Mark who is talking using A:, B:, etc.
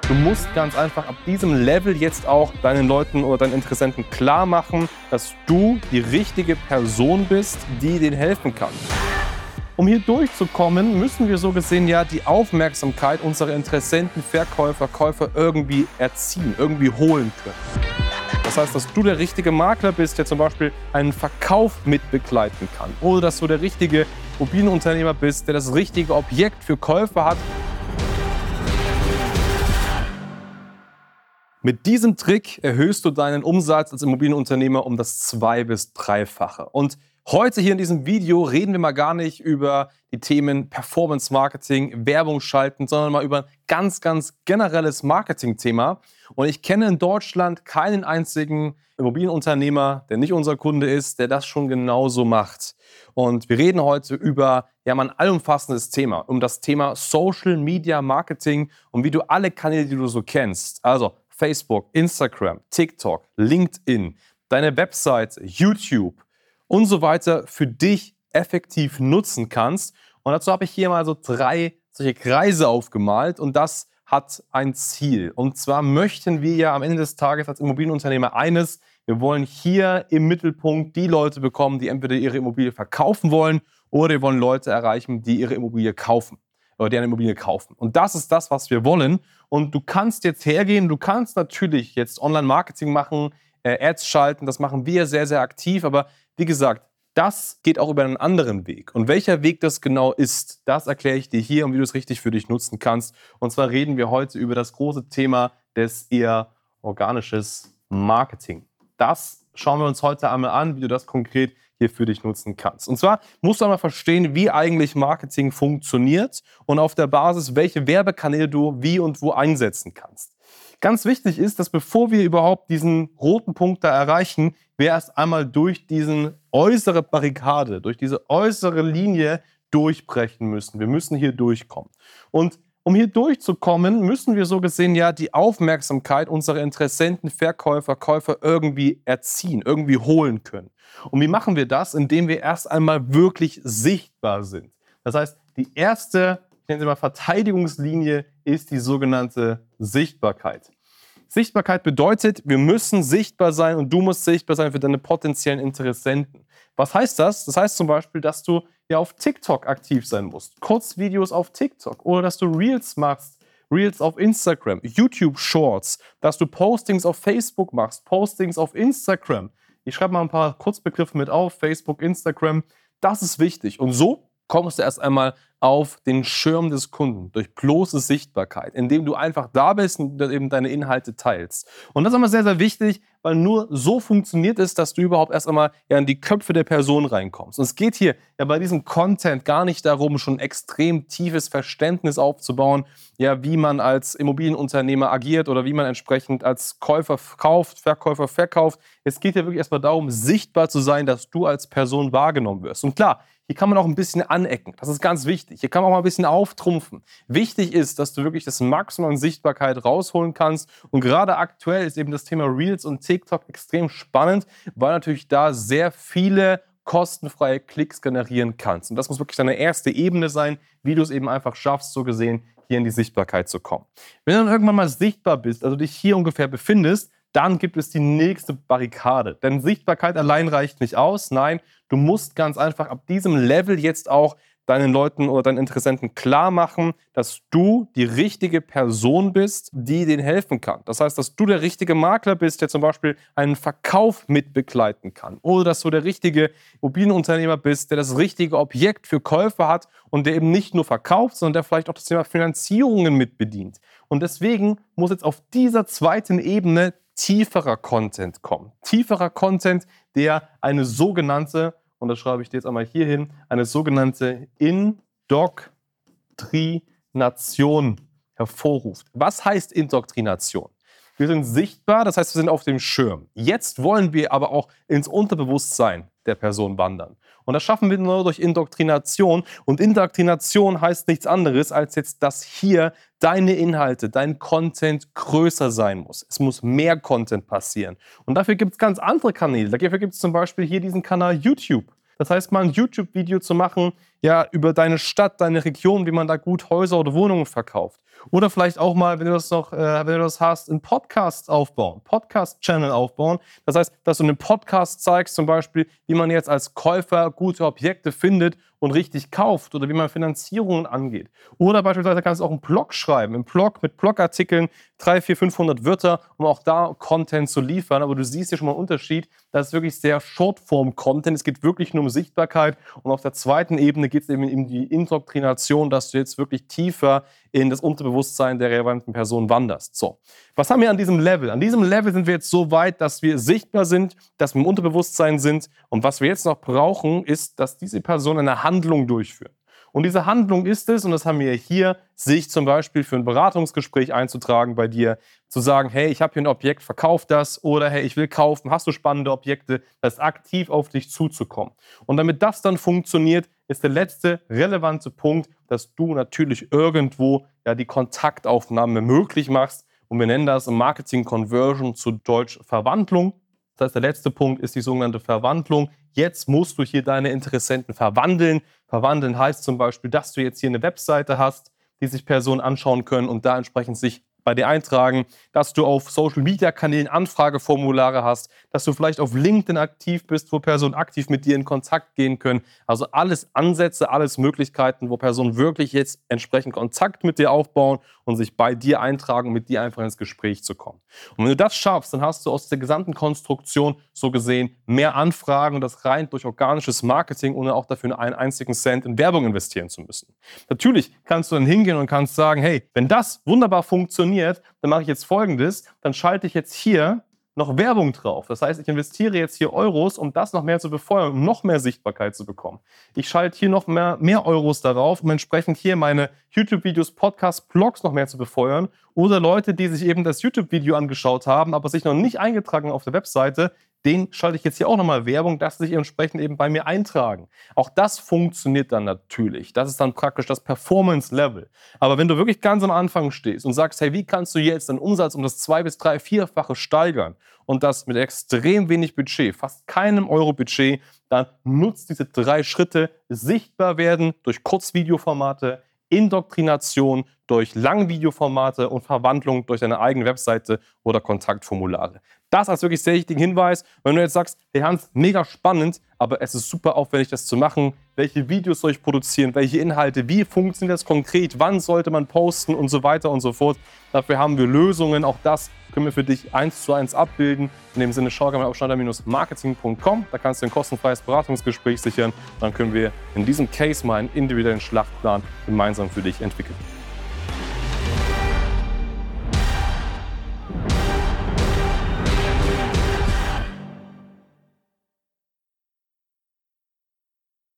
A: Du musst ganz einfach ab diesem Level jetzt auch deinen Leuten oder deinen Interessenten klar machen, dass du die richtige Person bist, die denen helfen kann. Um hier durchzukommen, müssen wir so gesehen ja die Aufmerksamkeit unserer Interessenten, Verkäufer, Käufer irgendwie erziehen, irgendwie holen können. Das heißt, dass du der richtige Makler bist, der zum Beispiel einen Verkauf mitbegleiten kann. Oder dass du der richtige Immobilienunternehmer bist, der das richtige Objekt für Käufer hat. Mit diesem Trick erhöhst du deinen Umsatz als Immobilienunternehmer um das 2- bis 3-fache. Und heute hier in diesem Video reden wir mal gar nicht über die Themen Performance Marketing, Werbung schalten, sondern mal über ein ganz generelles Marketing-Thema. Und ich kenne in Deutschland keinen einzigen Immobilienunternehmer, der nicht unser Kunde ist, der das schon genauso macht. Und wir reden heute über mal ein allumfassendes Thema, um das Thema Social Media Marketing und wie du alle Kanäle, die du so kennst, also Facebook, Instagram, TikTok, LinkedIn, deine Website, YouTube und so weiter für dich effektiv nutzen kannst. Und dazu habe ich hier mal so 3 solche Kreise aufgemalt und das hat ein Ziel. Und zwar möchten wir ja am Ende des Tages als Immobilienunternehmer eines: Wir wollen hier im Mittelpunkt die Leute bekommen, die entweder ihre Immobilie verkaufen wollen oder wir wollen Leute erreichen, die ihre Immobilie kaufen oder die eine Immobilie kaufen. Und das ist das, was wir wollen. Und du kannst jetzt hergehen, du kannst natürlich jetzt Online-Marketing machen, Ads schalten, das machen wir sehr aktiv. Aber wie gesagt, das geht auch über einen anderen Weg. Und welcher Weg das genau ist, das erkläre ich dir hier und wie du es richtig für dich nutzen kannst. Und zwar reden wir heute über das große Thema des eher organisches Marketing. Das schauen wir uns heute einmal an, wie du das konkret hier für dich nutzen kannst. Und zwar musst du einmal verstehen, wie eigentlich Marketing funktioniert und auf der Basis, welche Werbekanäle du wie und wo einsetzen kannst. Ganz wichtig ist, dass bevor wir überhaupt diesen roten Punkt da erreichen, wir erst einmal durch diese äußere Barrikade, durch diese äußere Linie durchbrechen müssen. Wir müssen hier durchkommen. Und um hier durchzukommen, müssen wir so gesehen ja die Aufmerksamkeit unserer Interessenten, Verkäufer, Käufer irgendwie erziehen, irgendwie holen können. Und wie machen wir das? Indem wir erst einmal wirklich sichtbar sind. Das heißt, die erste, ich nenne sie mal Verteidigungslinie, ist die sogenannte Sichtbarkeit. Sichtbarkeit bedeutet, wir müssen sichtbar sein und du musst sichtbar sein für deine potenziellen Interessenten. Was heißt das? Das heißt zum Beispiel, dass du ja auf TikTok aktiv sein musst. Kurzvideos auf TikTok oder dass du Reels machst, Reels auf Instagram, YouTube Shorts, dass du Postings auf Facebook machst, Postings auf Instagram. Ich schreibe mal ein paar Kurzbegriffe mit auf, Facebook, Instagram. Das ist wichtig. Und so kommst du erst einmal auf den Schirm des Kunden durch bloße Sichtbarkeit, indem du einfach da bist und eben deine Inhalte teilst. Und das ist immer sehr wichtig, weil nur so funktioniert es, dass du überhaupt erst einmal in die Köpfe der Person reinkommst. Und es geht hier ja bei diesem Content gar nicht darum, schon ein extrem tiefes Verständnis aufzubauen, ja, wie man als Immobilienunternehmer agiert oder wie man entsprechend als Käufer kauft, Verkäufer verkauft. Es geht ja wirklich erstmal darum, sichtbar zu sein, dass du als Person wahrgenommen wirst. Und klar, hier kann man auch ein bisschen anecken. Das ist ganz wichtig. Hier kann man auch mal ein bisschen auftrumpfen. Wichtig ist, dass du wirklich das Maximum an Sichtbarkeit rausholen kannst. Und gerade aktuell ist eben das Thema Reels und TikTok extrem spannend, weil natürlich da sehr viele kostenfreie Klicks generieren kannst. Und das muss wirklich deine erste Ebene sein, wie du es eben einfach schaffst, so gesehen, hier in die Sichtbarkeit zu kommen. Wenn du dann irgendwann mal sichtbar bist, also dich hier ungefähr befindest, dann gibt es die nächste Barrikade. Denn Sichtbarkeit allein reicht nicht aus. Nein, du musst ganz einfach ab diesem Level jetzt auch deinen Leuten oder deinen Interessenten klar machen, dass du die richtige Person bist, die denen helfen kann. Das heißt, dass du der richtige Makler bist, der zum Beispiel einen Verkauf mitbegleiten kann. Oder dass du der richtige Immobilienunternehmer bist, der das richtige Objekt für Käufer hat und der eben nicht nur verkauft, sondern der vielleicht auch das Thema Finanzierungen mitbedient. Und deswegen muss jetzt auf dieser zweiten Ebene tieferer Content kommen. Tieferer Content, der eine sogenannte, und das schreibe ich dir jetzt einmal hier hin, eine sogenannte Indoktrination hervorruft. Was heißt Indoktrination? Wir sind sichtbar, das heißt, wir sind auf dem Schirm. Jetzt wollen wir aber auch ins Unterbewusstsein der Person wandern. Und das schaffen wir nur durch Indoktrination. Und Indoktrination heißt nichts anderes, als jetzt, dass hier deine Inhalte, dein Content größer sein muss. Es muss mehr Content passieren. Und dafür gibt es ganz andere Kanäle. Dafür gibt es zum Beispiel hier diesen Kanal YouTube. Das heißt, mal ein YouTube-Video zu machen, ja, über deine Stadt, deine Region, wie man da gut Häuser oder Wohnungen verkauft. Oder vielleicht auch mal, wenn du das hast, einen Podcast aufbauen, Podcast-Channel aufbauen. Das heißt, dass du einen Podcast zeigst, zum Beispiel, wie man jetzt als Käufer gute Objekte findet und richtig kauft oder wie man Finanzierungen angeht. Oder beispielsweise kannst du auch einen Blog schreiben, einen Blog mit Blogartikeln, 300, 400, 500 Wörter, um auch da Content zu liefern. Aber du siehst hier schon mal einen Unterschied. Das ist wirklich sehr Shortform-Content. Es geht wirklich nur um Sichtbarkeit. Und auf der zweiten Ebene geht es eben um die Indoktrination, dass du jetzt wirklich tiefer in das Unterbewusstsein der relevanten Person wanderst. So, was haben wir an diesem Level? An diesem Level sind wir jetzt so weit, dass wir sichtbar sind, dass wir im Unterbewusstsein sind. Und was wir jetzt noch brauchen, ist, dass diese Person eine Handlung durchführt. Und diese Handlung ist es, und das haben wir hier, sich zum Beispiel für ein Beratungsgespräch einzutragen bei dir, zu sagen, hey, ich habe hier ein Objekt, verkauf das, oder hey, ich will kaufen, hast du spannende Objekte, das aktiv auf dich zuzukommen. Und damit das dann funktioniert, ist der letzte relevante Punkt, dass du natürlich irgendwo die Kontaktaufnahme möglich machst. Und wir nennen das im Marketing Conversion, zu Deutsch Verwandlung. Das heißt, der letzte Punkt ist die sogenannte Verwandlung. Jetzt musst du hier deine Interessenten verwandeln. Verwandeln heißt zum Beispiel, dass du jetzt hier eine Webseite hast, die sich Personen anschauen können und da entsprechend sich bei dir eintragen, dass du auf Social-Media-Kanälen Anfrageformulare hast, dass du vielleicht auf LinkedIn aktiv bist, wo Personen aktiv mit dir in Kontakt gehen können. Also alles Ansätze, alles Möglichkeiten, wo Personen wirklich jetzt entsprechend Kontakt mit dir aufbauen und sich bei dir eintragen, mit dir einfach ins Gespräch zu kommen. Und wenn du das schaffst, dann hast du aus der gesamten Konstruktion so gesehen mehr Anfragen und das rein durch organisches Marketing, ohne auch dafür einen einzigen Cent in Werbung investieren zu müssen. Natürlich kannst du dann hingehen und kannst sagen, hey, wenn das wunderbar funktioniert, dann mache ich jetzt Folgendes, dann schalte ich jetzt hier noch Werbung drauf. Das heißt, ich investiere jetzt hier Euros, um das noch mehr zu befeuern, um noch mehr Sichtbarkeit zu bekommen. Ich schalte hier noch mehr Euros darauf, um entsprechend hier meine YouTube-Videos, Podcasts, Blogs noch mehr zu befeuern. Oder Leute, die sich eben das YouTube-Video angeschaut haben, aber sich noch nicht eingetragen haben auf der Webseite, den schalte ich jetzt hier auch nochmal Werbung, dass sie sich entsprechend eben bei mir eintragen. Auch das funktioniert dann natürlich. Das ist dann praktisch das Performance-Level. Aber wenn du wirklich ganz am Anfang stehst und sagst, hey, wie kannst du jetzt deinen Umsatz um das 2- bis 3-, 4-fache steigern und das mit extrem wenig Budget, fast keinem Euro-Budget, dann nutzt diese 3 Schritte: sichtbar werden durch Kurzvideoformate, Indoktrination durch Langvideoformate und Verwandlung durch deine eigene Webseite oder Kontaktformulare. Das als wirklich sehr wichtigen Hinweis. Wenn du jetzt sagst, hey Hans, mega spannend, aber es ist super aufwendig, das zu machen. Welche Videos soll ich produzieren? Welche Inhalte? Wie funktioniert das konkret? Wann sollte man posten? Und so weiter und so fort. Dafür haben wir Lösungen. Auch das können wir für dich 1:1 abbilden. In dem Sinne, schau gerne auf schneider-marketing.com. Da kannst du ein kostenfreies Beratungsgespräch sichern. Dann können wir in diesem Case mal einen individuellen Schlachtplan gemeinsam für dich entwickeln.